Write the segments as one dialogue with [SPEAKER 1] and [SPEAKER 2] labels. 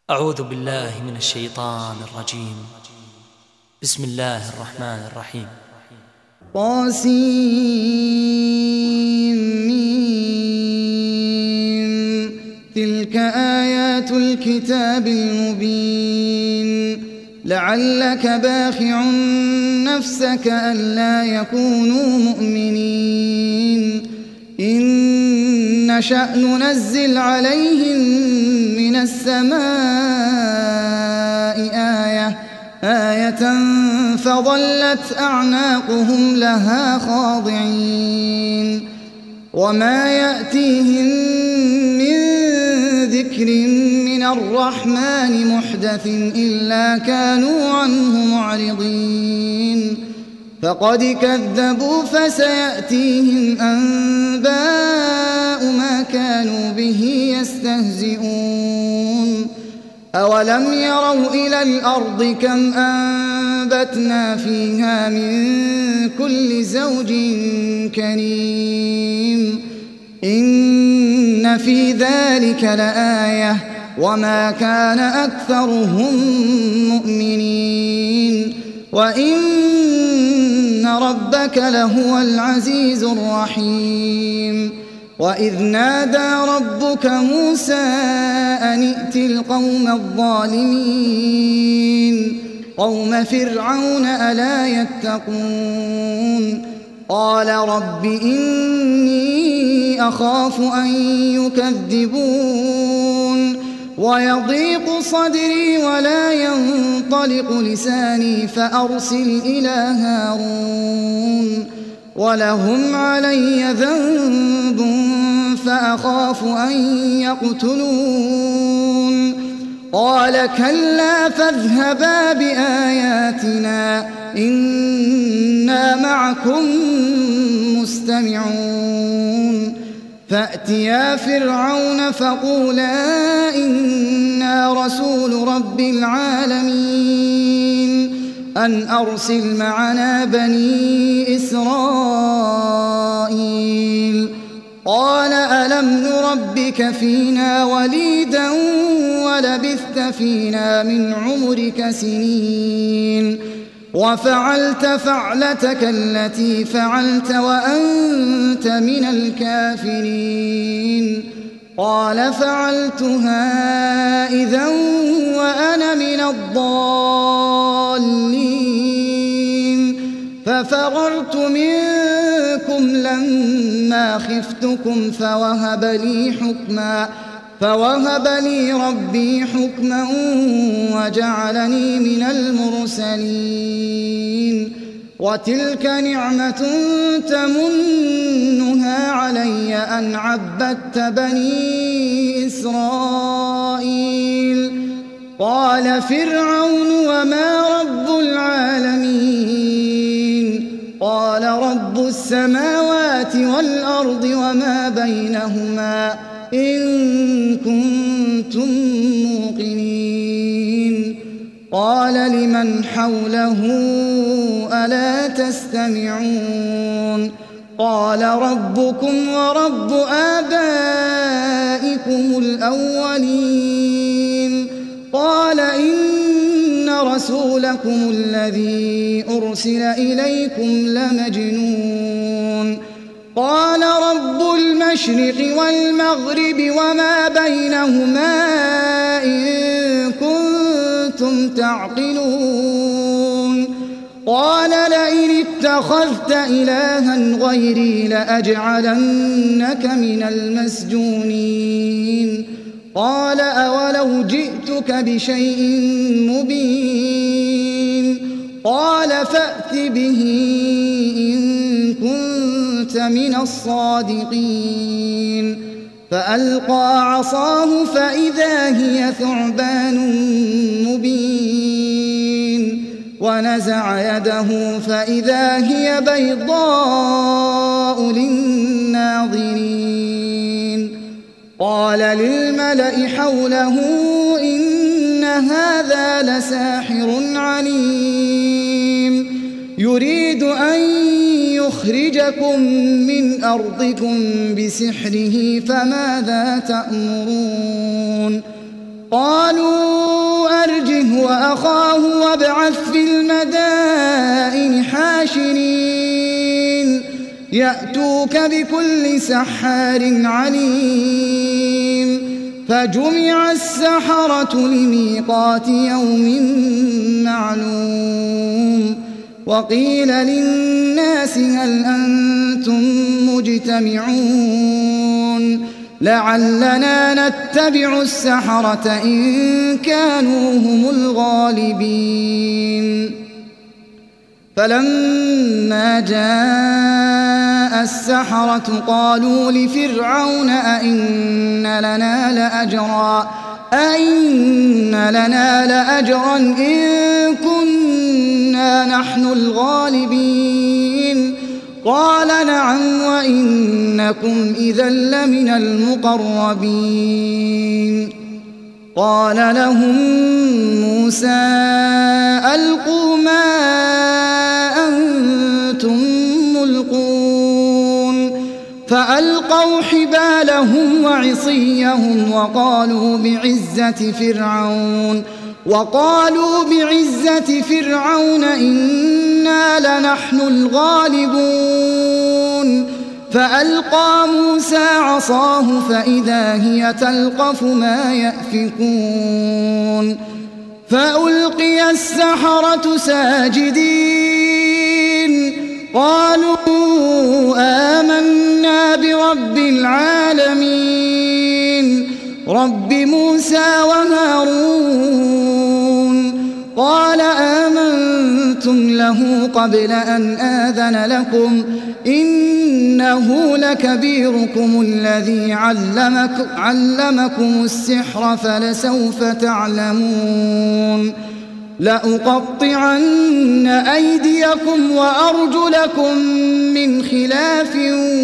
[SPEAKER 1] أعوذ بالله من الشيطان الرجيم. بسم الله الرحمن الرحيم.
[SPEAKER 2] طاسيم. تلك آيات الكتاب المبين. لعلك باخع نفسك ألا يكونوا مؤمنين. إن نشأ ننزل عليهم من السماء آية فظلت أعناقهم لها خاضعين. وما يأتيهم من ذكر من الرحمن محدث إلا كانوا عنه معرضين. فقد كذبوا فسيأتيهم أنباء ما كانوا به يستهزئون. أولم يروا إلى الأرض كم أنبتنا فيها من كل زوج كريم. إن في ذلك لآية وما كان أكثرهم مؤمنين وإن ربك لهو العزيز الرحيم. وإذ نادى ربك موسى أن ائت القوم الظالمين قوم فرعون ألا يتقون. قال رب إني أخاف أن يكذبون ويضيق صدري ولا ينطلق لساني فأرسل إلى هارون ولهم علي ذنب فأخاف أن يقتلون. قال كلا فاذهبا بآياتنا إنا معكم مستمعون. فأتيا فرعون فقولا إنا رسول رب العالمين أن أرسل معنا بني إسرائيل. قال ألم نربك فينا وليدا ولبثت فينا من عمرك سنين وفعلت فعلتك التي فعلت وأنت من الكافرين. قال فعلتها إذا وأنا من الضالين. ففررت منكم لما خفتكم فوهب لي ربي حكما وجعلني من المرسلين. وتلك نعمة تمنها علي أن عبدت بني إسرائيل. قال فرعون وما رب العالمين. قال رب السماوات والأرض وما بينهما إن كنتم موقنين. قال لمن حوله ألا تستمعون. قال ربكم ورب آبائكم الأولين. قال إن رسولكم الذي أرسل إليكم لمجنون. قال رب المشرق والمغرب وما بينهما إن كنتم تعقلون. قال لئن اتخذت إلها غيري لأجعلنك من المسجونين. قال أولو جئتك بشيء مبين. قال فأت به إن كنت من الصادقين. فألقى عصاه فإذا هي ثعبان مبين. ونزع يده فإذا هي بيضاء للناظرين. قال للملأ حوله إن هذا لساحر عليم يريد أن يخرجكم من أرضكم بسحره فماذا تأمرون. قالوا أرجه وأخاه وابعث في المدائن حاشرين يأتوك بكل سحار عليم فجمع السحرة لميقات يوم معلوم وقيل للناس هل أنتم مجتمعون لعلنا نتبع السحرة إن كانوا هم الغالبين فلما جاء السحرة قالوا لفرعون أئن لنا لأجرا إن كنا نحن الغالبين قال نعم وإنكم إذا لمن المقربين قال لهم موسى ألقوا ما أنتم ملقون فألقوا حبالهم وعصيهم وقالوا بعزة فرعون إنا لنحن الغالبون فألقى موسى عصاه فإذا هي تلقف ما يأفكون فألقي السحرة ساجدين قالوا آمنا برب العالمين رب موسى وهارون قال آمنتم له قبل أن آذن لكم إنه لكبيركم الذي علمكم السحر فلسوف تعلمون لأقطعن أيديكم وأرجلكم من خلاف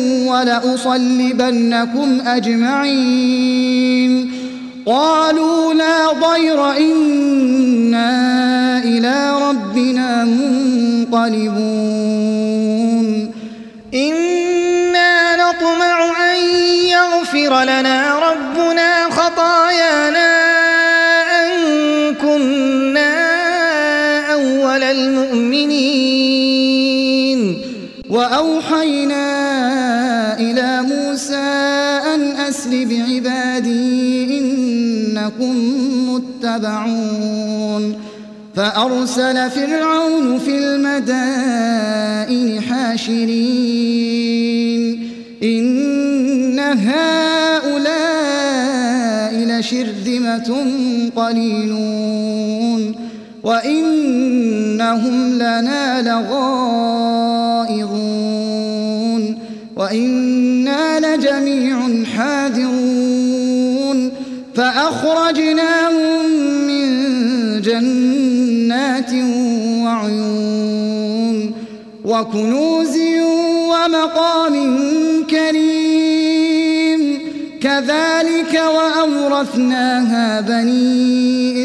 [SPEAKER 2] ولأصلبنكم أجمعين قالوا لا ضير إنا إلى ربنا منقلبون
[SPEAKER 3] إنا نطمع أن يغفر لنا ربنا خطايانا أن كنا أول المؤمنين وأوحينا إلى موسى أن أسر بعبادي إنكم متبعون فأرسل فرعون في المدائن حاشرين إن هؤلاء لشرذمة قليلون وإنهم لنا لغائظون وإنا لجميع حاذرون فأخرجناهم من جنات وعيون وكنوز ومقام كريم كذلك وأورثناها بني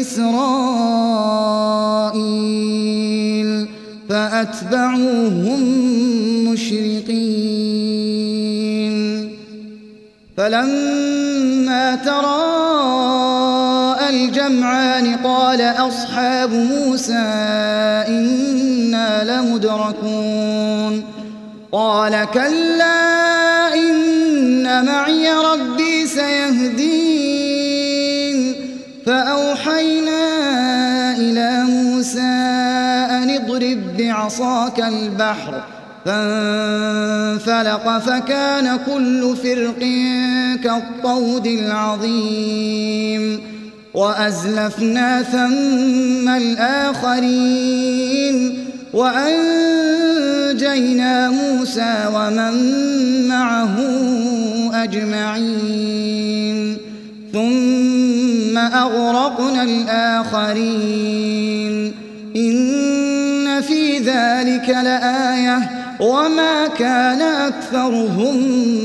[SPEAKER 3] إسرائيل فأتبعوهم مشرقين فلما تراءى الجمعان قال أصحاب موسى إنا لمدركون قال كلا إن معي ربي سيهدين فأوحينا إلى موسى أن اضرب بعصاك البحر فانفلق فكان كل فرق كالطود العظيم وأزلفنا ثم الآخرين وأنجينا موسى ومن معه أجمعين ثم أغرقنا الآخرين إن في ذلك لآية وما كان أكثرهم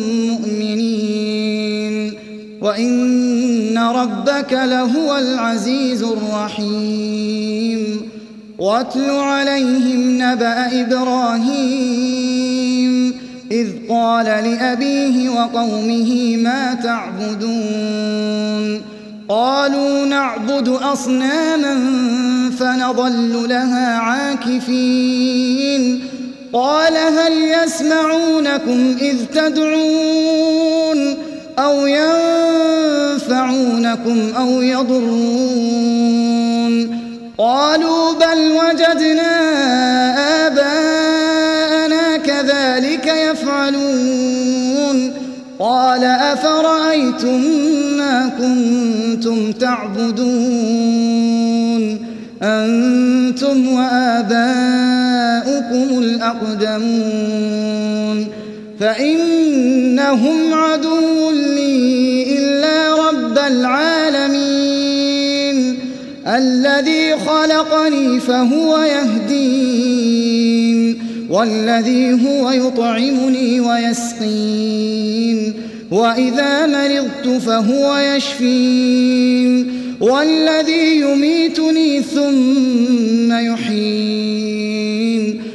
[SPEAKER 3] مؤمنين وإن ربك لهو العزيز الرحيم واتل عليهم نبأ إبراهيم إذ قال لأبيه وقومه ما تعبدون
[SPEAKER 2] قالوا نعبد أصناما فنظل لها عاكفين قال هل يسمعونكم إذ تدعون أو ينفعونكم أو يضرون قالوا بل وجدنا آباءنا كذلك يفعلون قال أفرأيتم ما كنتم تعبدون أنتم وآباؤكم الأقدمون فإنهم عدو لي إلا رب العالمين الذي خلقني فهو يهدين والذي هو يطعمني ويسقين وإذا مرضت فهو يشفين والذي يميتني ثم يحيين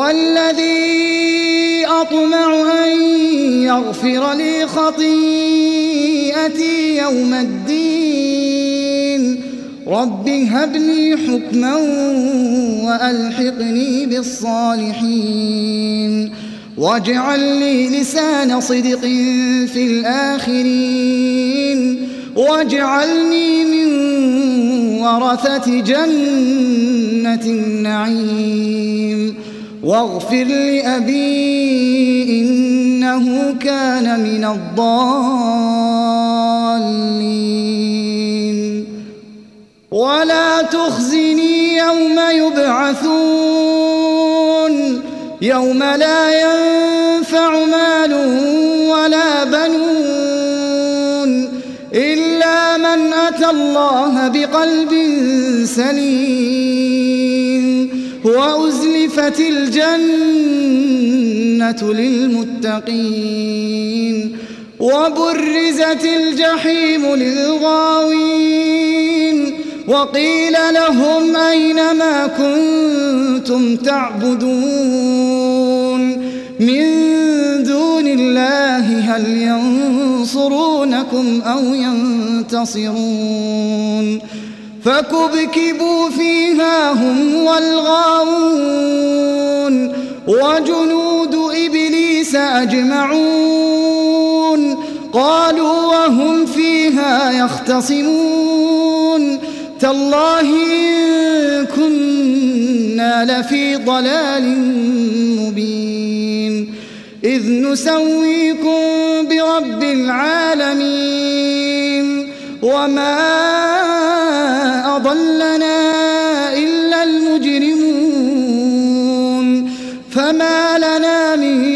[SPEAKER 2] والذي أطمع أن يغفر لي خطيئتي يوم الدين رب هب لي حكما وألحقني بالصالحين واجعل لي لسان صدق في الآخرين واجعلني من ورثة جنة النعيم واغفر لأبي إنه كان من الضالين ولا تخزني يوم يبعثون يوم لا ينفع مال ولا بنون إلا من أتى الله بقلب سليم وأزلفت الجنة للمتقين وبرزت الجحيم للغاوين وقيل لهم أين ما كنتم تعبدون من دون الله هل ينصرونكم أو ينتصرون فكبكبوا فيها هم والغاوون وجنود إبليس أجمعون قالوا وهم فيها يختصمون تالله إن كنا لفي ضلال مبين إذ نسويكم برب العالمين وما أضلنا إلا المجرمون فما لنا من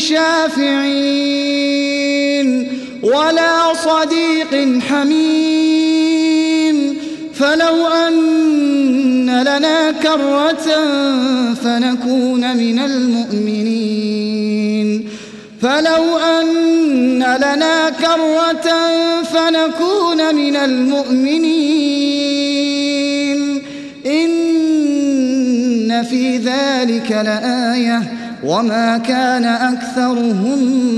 [SPEAKER 2] شافعين ولا صديق حميم فلو أن لنا كرة فنكون من المؤمنين فلو أن لنا كرة فنكون من المؤمنين إن في ذلك لآية وما كان أكثرهم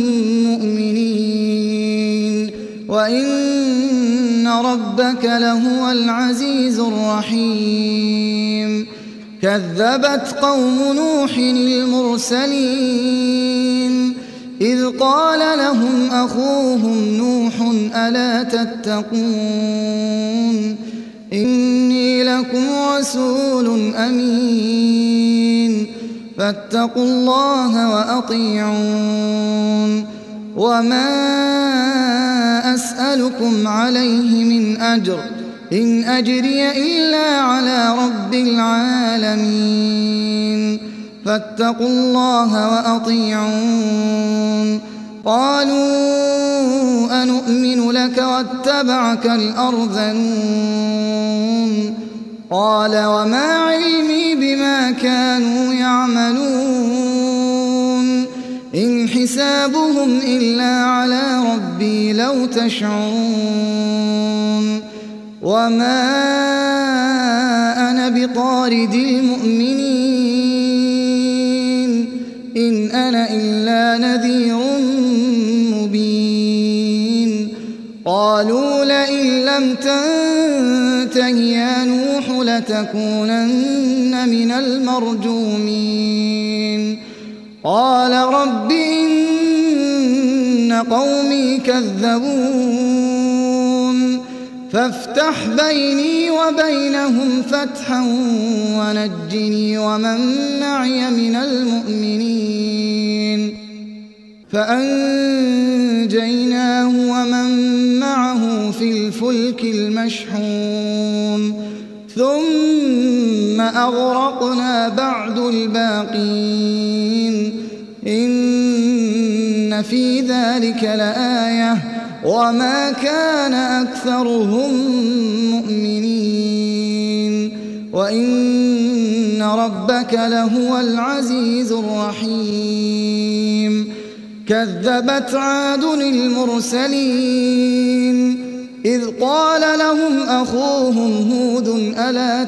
[SPEAKER 2] مؤمنين وإن ربك لهو العزيز الرحيم كذبت قوم نوح المرسلين إذ قال لهم أخوهم نوح ألا تتقون إني لكم رسول أمين فاتقوا الله وأطيعون وما أسألكم عليه من أجر إن أجري إلا على رب العالمين فاتقوا الله وأطيعون قالوا أنؤمن لك واتبعك الأرذلون قال وما علمي بما كانوا يعملون إن حسابهم إلا على ربي لو تشعرون وما أنا بطارد المؤمنين إن أنا إلا نذير مبين قالوا لئن
[SPEAKER 3] لم تنته يا نوح لتكونن من المرجومين قال رب إن قومي كذبون فافتح بيني وبينهم فتحا ونجني ومن معي من المؤمنين فأنجيناه ومن معه في الفلك المشحون ثم أغرقنا بعد الباقين إن في ذلك لآية وما كان أكثرهم مؤمنين وإن ربك لهو العزيز الرحيم كذبت عاد المرسلين إذ قال لهم أخوهم هود ألا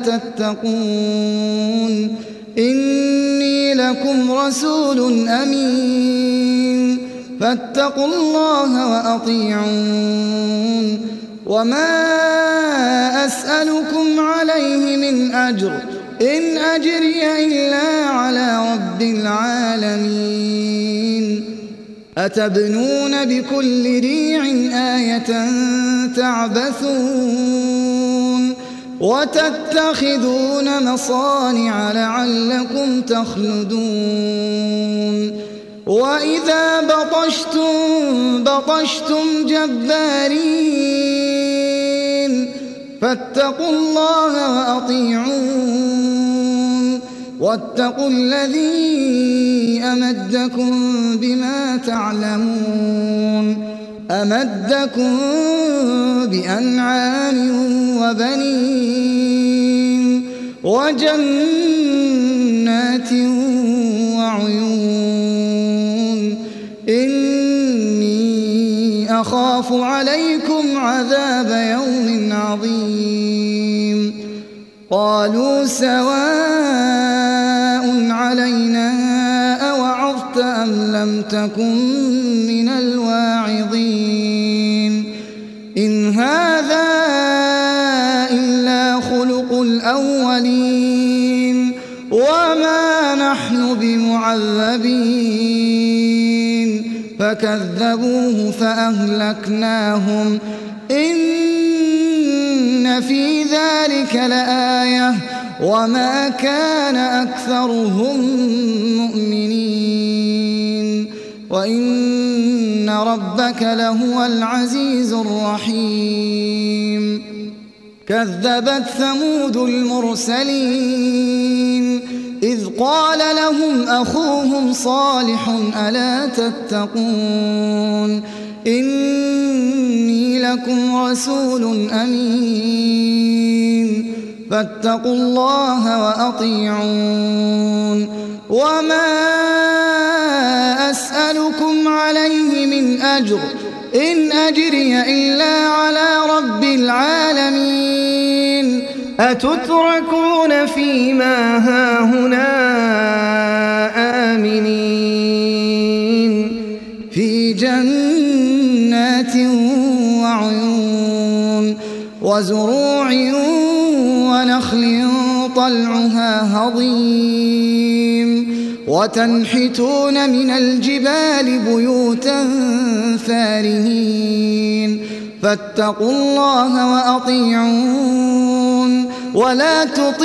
[SPEAKER 3] تتقون إني لكم رسول أمين فاتقوا الله وأطيعون وما أسألكم عليه من أجر إن أجري إلا على رب العالمين أتبنون بكل ريع آية تعبثون وتتخذون مصانع لعلكم تخلدون وإذا بطشتم جبارين فاتقوا الله وأطيعون واتقوا الذي أمدكم بما تعلمون أمدكم بأنعام وبنين وجنات وعيون إني أخاف عليكم عذاب يوم عظيم قالوا سواء علينا أوعظت أم لم تكن من الواعظين إن هذا إلا خلق الأولين وما نحن بمعذبين فكذبوه فأهلكناهم إن في ذلك لآية وما كان أكثرهم مؤمنين وإن ربك لهو العزيز الرحيم كذبت ثمود المرسلين إذ قال لهم أخوهم صالح ألا تتقون إني لكم رسول أمين فاتقوا الله وأطيعون وما أسألكم عليه من أجر إن أجري إلا على رب العالمين أتتركون فيما هاهنا آمنين في جنات وعيون وزروع ونخل طلعها هضيم وتنحتون من الجبال بيوتا فارهين فاتقوا الله وأطيعون ولا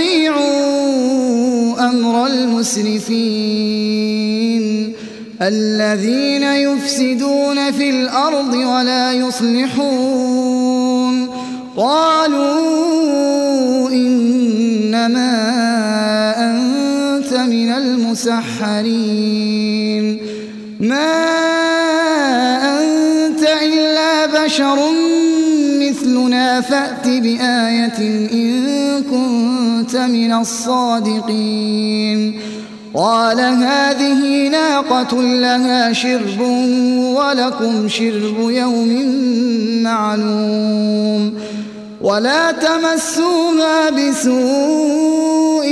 [SPEAKER 3] تطيعوا أمر المسرفين الذين يفسدون في الأرض ولا يصلحون قالوا إنما أنت من المسحرين ما أنت إلا بشر مثلنا فأت بآية إن كنت من الصادقين قال هذه ناقة لها شرب ولكم شرب يوم معلوم ولا تمسوها بسوء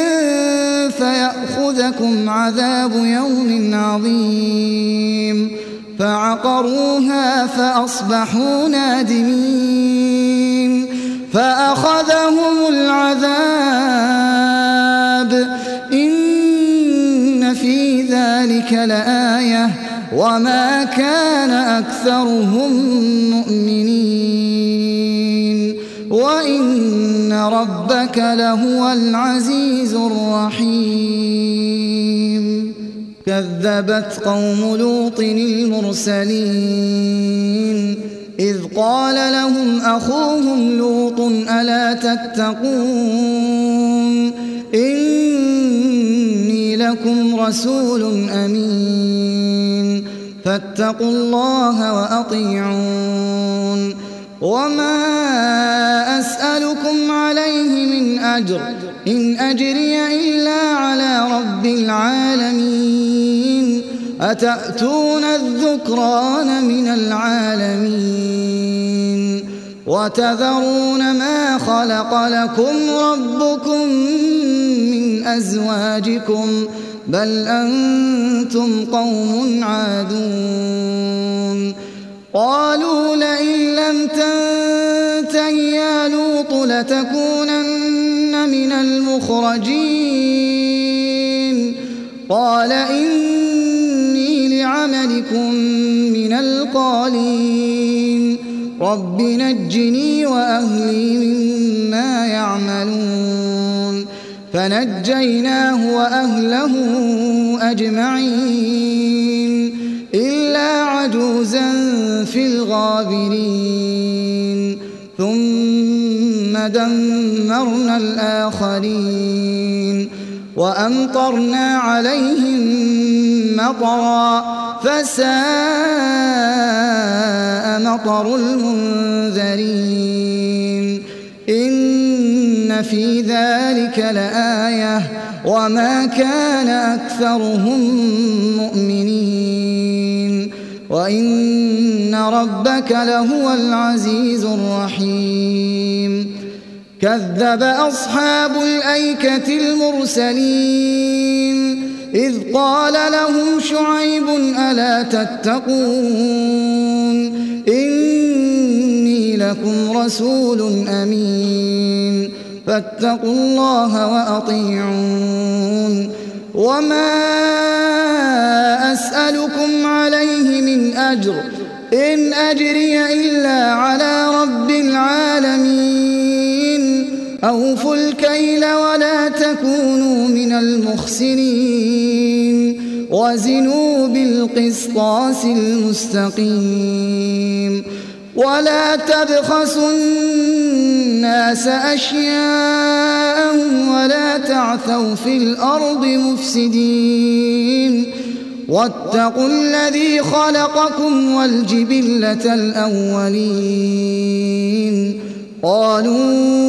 [SPEAKER 3] فيأخذكم عذاب يوم عظيم فعقروها فأصبحوا نادمين
[SPEAKER 2] فأخذهم العذاب إن في ذلك لآية وما كان أكثرهم مؤمنين وإن ربك لهو العزيز الرحيم كذبت قوم لوط المرسلين إذ قال لهم أخوهم لوط ألا تتقون إني لكم رسول أمين فاتقوا الله وأطيعون وما أسألكم عليه من أجر إن أجري إلا على رب العالمين أتأتون الذكران من العالمين وتذرون ما خلق لكم ربكم من أزواجكم بل أنتم قوم عادون قالوا لئن لم تنته يا لوط لتكونن من المخرجين قال إني لعملكم من القالين رب نجني وأهلي مما يعملون فنجيناه وأهله أجمعين إلا عجوزا في الغابرين ثم دمرنا الآخرين وأمطرنا عليهم مطرا فساء مطر المنذرين إن في ذلك لآية وما كان أكثرهم مؤمنين وإن ربك لهو العزيز الرحيم كذب أصحاب الأيكة المرسلين إذ قال لهم شعيب ألا تتقون إني لكم رسول أمين فاتقوا الله وأطيعون وما أسألكم عليه من أجر إن أجري إلا على رب العالمين أوفوا الكيل ولا تكونوا من المخسرين وزنوا بالقسطاس المستقيم ولا تبخسوا الناس أشياءهم ولا تعثوا في الأرض مفسدين واتقوا الذي خلقكم والجبلة الأولين قالوا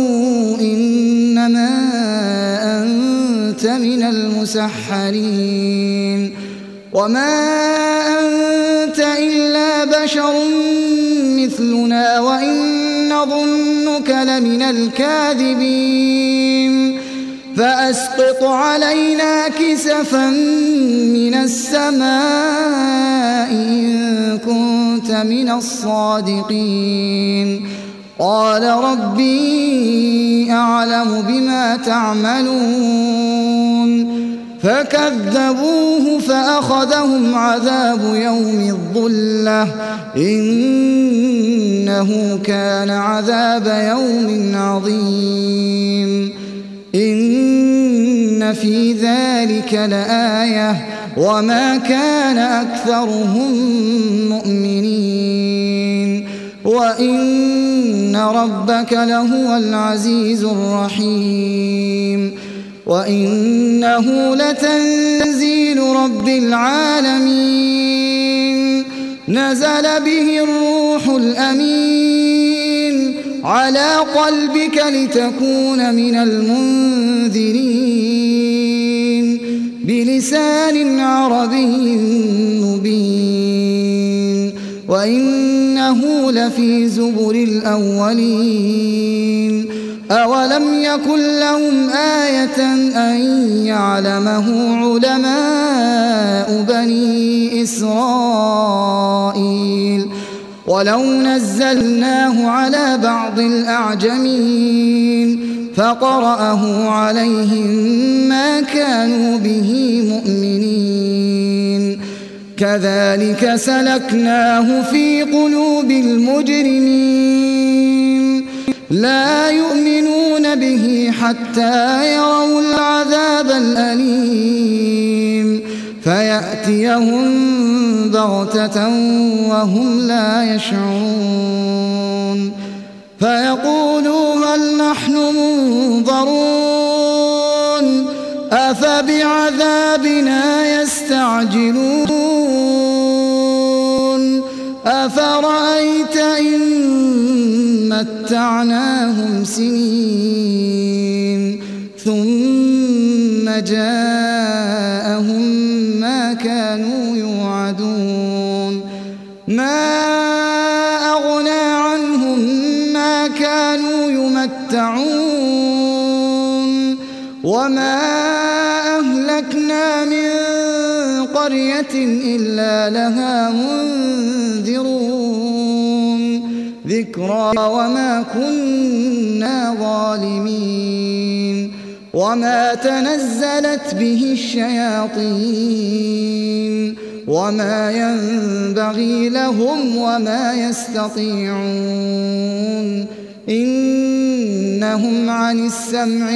[SPEAKER 2] إنما أنت من المسحرين وما أنت إلا بشر مثلنا وإن نظنك لمن الكاذبين فأسقط علينا كسفا من السماء إن كنت من الصادقين قال ربي أعلم بما تعملون فكذبوه فأخذهم عذاب يوم الظلة إنه كان عذاب يوم عظيم إن في ذلك لآية وما كان أكثرهم مؤمنين وإن ربك لهو العزيز الرحيم وإنه لتنزيل رب العالمين نزل به الروح الأمين على قلبك لتكون من المنذرين بلسان عربي مبين وإنه لفي زبر الأولين أولم يكن لهم آية أن يعلمه علماء بني إسرائيل ولو نزلناه على بعض الأعجمين فقرأه عليهم ما كانوا به مؤمنين كذلك سلكناه في قلوب المجرمين لا يؤمنون به حتى يروا العذاب الأليم فيأتيهم بغتة وهم لا يشعرون فيقولوا هل نحن منظرون أفبعذابنا يستعجلون أفرأيت إن متعناهم سنين ثم جاءهم ما كانوا يوعدون ما أغنى عنهم ما كانوا يمتعون وما أهلكنا من قرية إلا لها منذرون ذكرى وما كنا ظالمين وما تنزلت به الشياطين وما ينبغي لهم وما يستطيعون إنهم عن السمع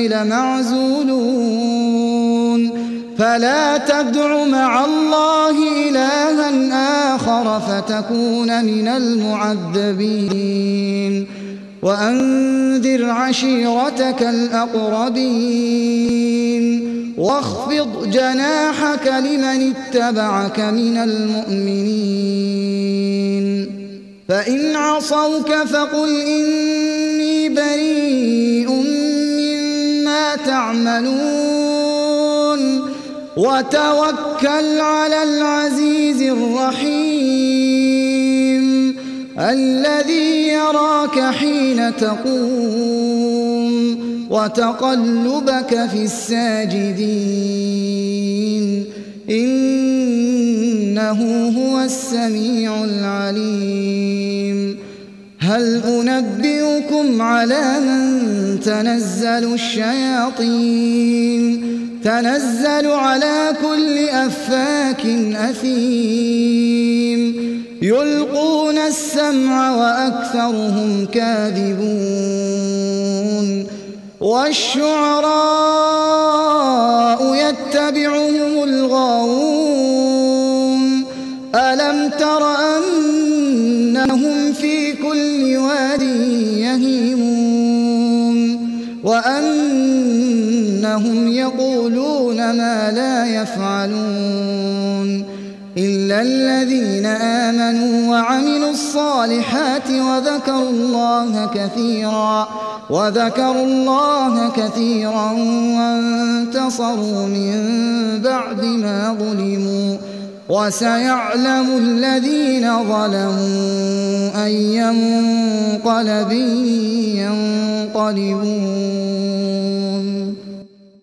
[SPEAKER 2] لمعزولون فلا تدع مع الله إلها آخر فتكون من المعذبين وأنذر عشيرتك الأقربين واخفض جناحك لمن اتبعك من المؤمنين فإن عصوك فقل إني بريء مما تعملون وتوكل على العزيز الرحيم الذي يراك حين تقوم وتقلبك في الساجدين إنه هو السميع العليم هل أنبئكم على من تنزل الشياطين تنزل على كل أفاك أثيم يلقون السمع وأكثرهم كاذبون والشعراء يتبعهم الغاوون ألم تر أنهم في كل واد يهيمون وأنهم يقولون ما لا يفعلون إلا الذين آمنوا وعملوا الصالحات وذكروا الله كثيرا وانتصروا من بعد ما ظلموا وسيعلم الذين ظلموا أي منقلب ينقلبون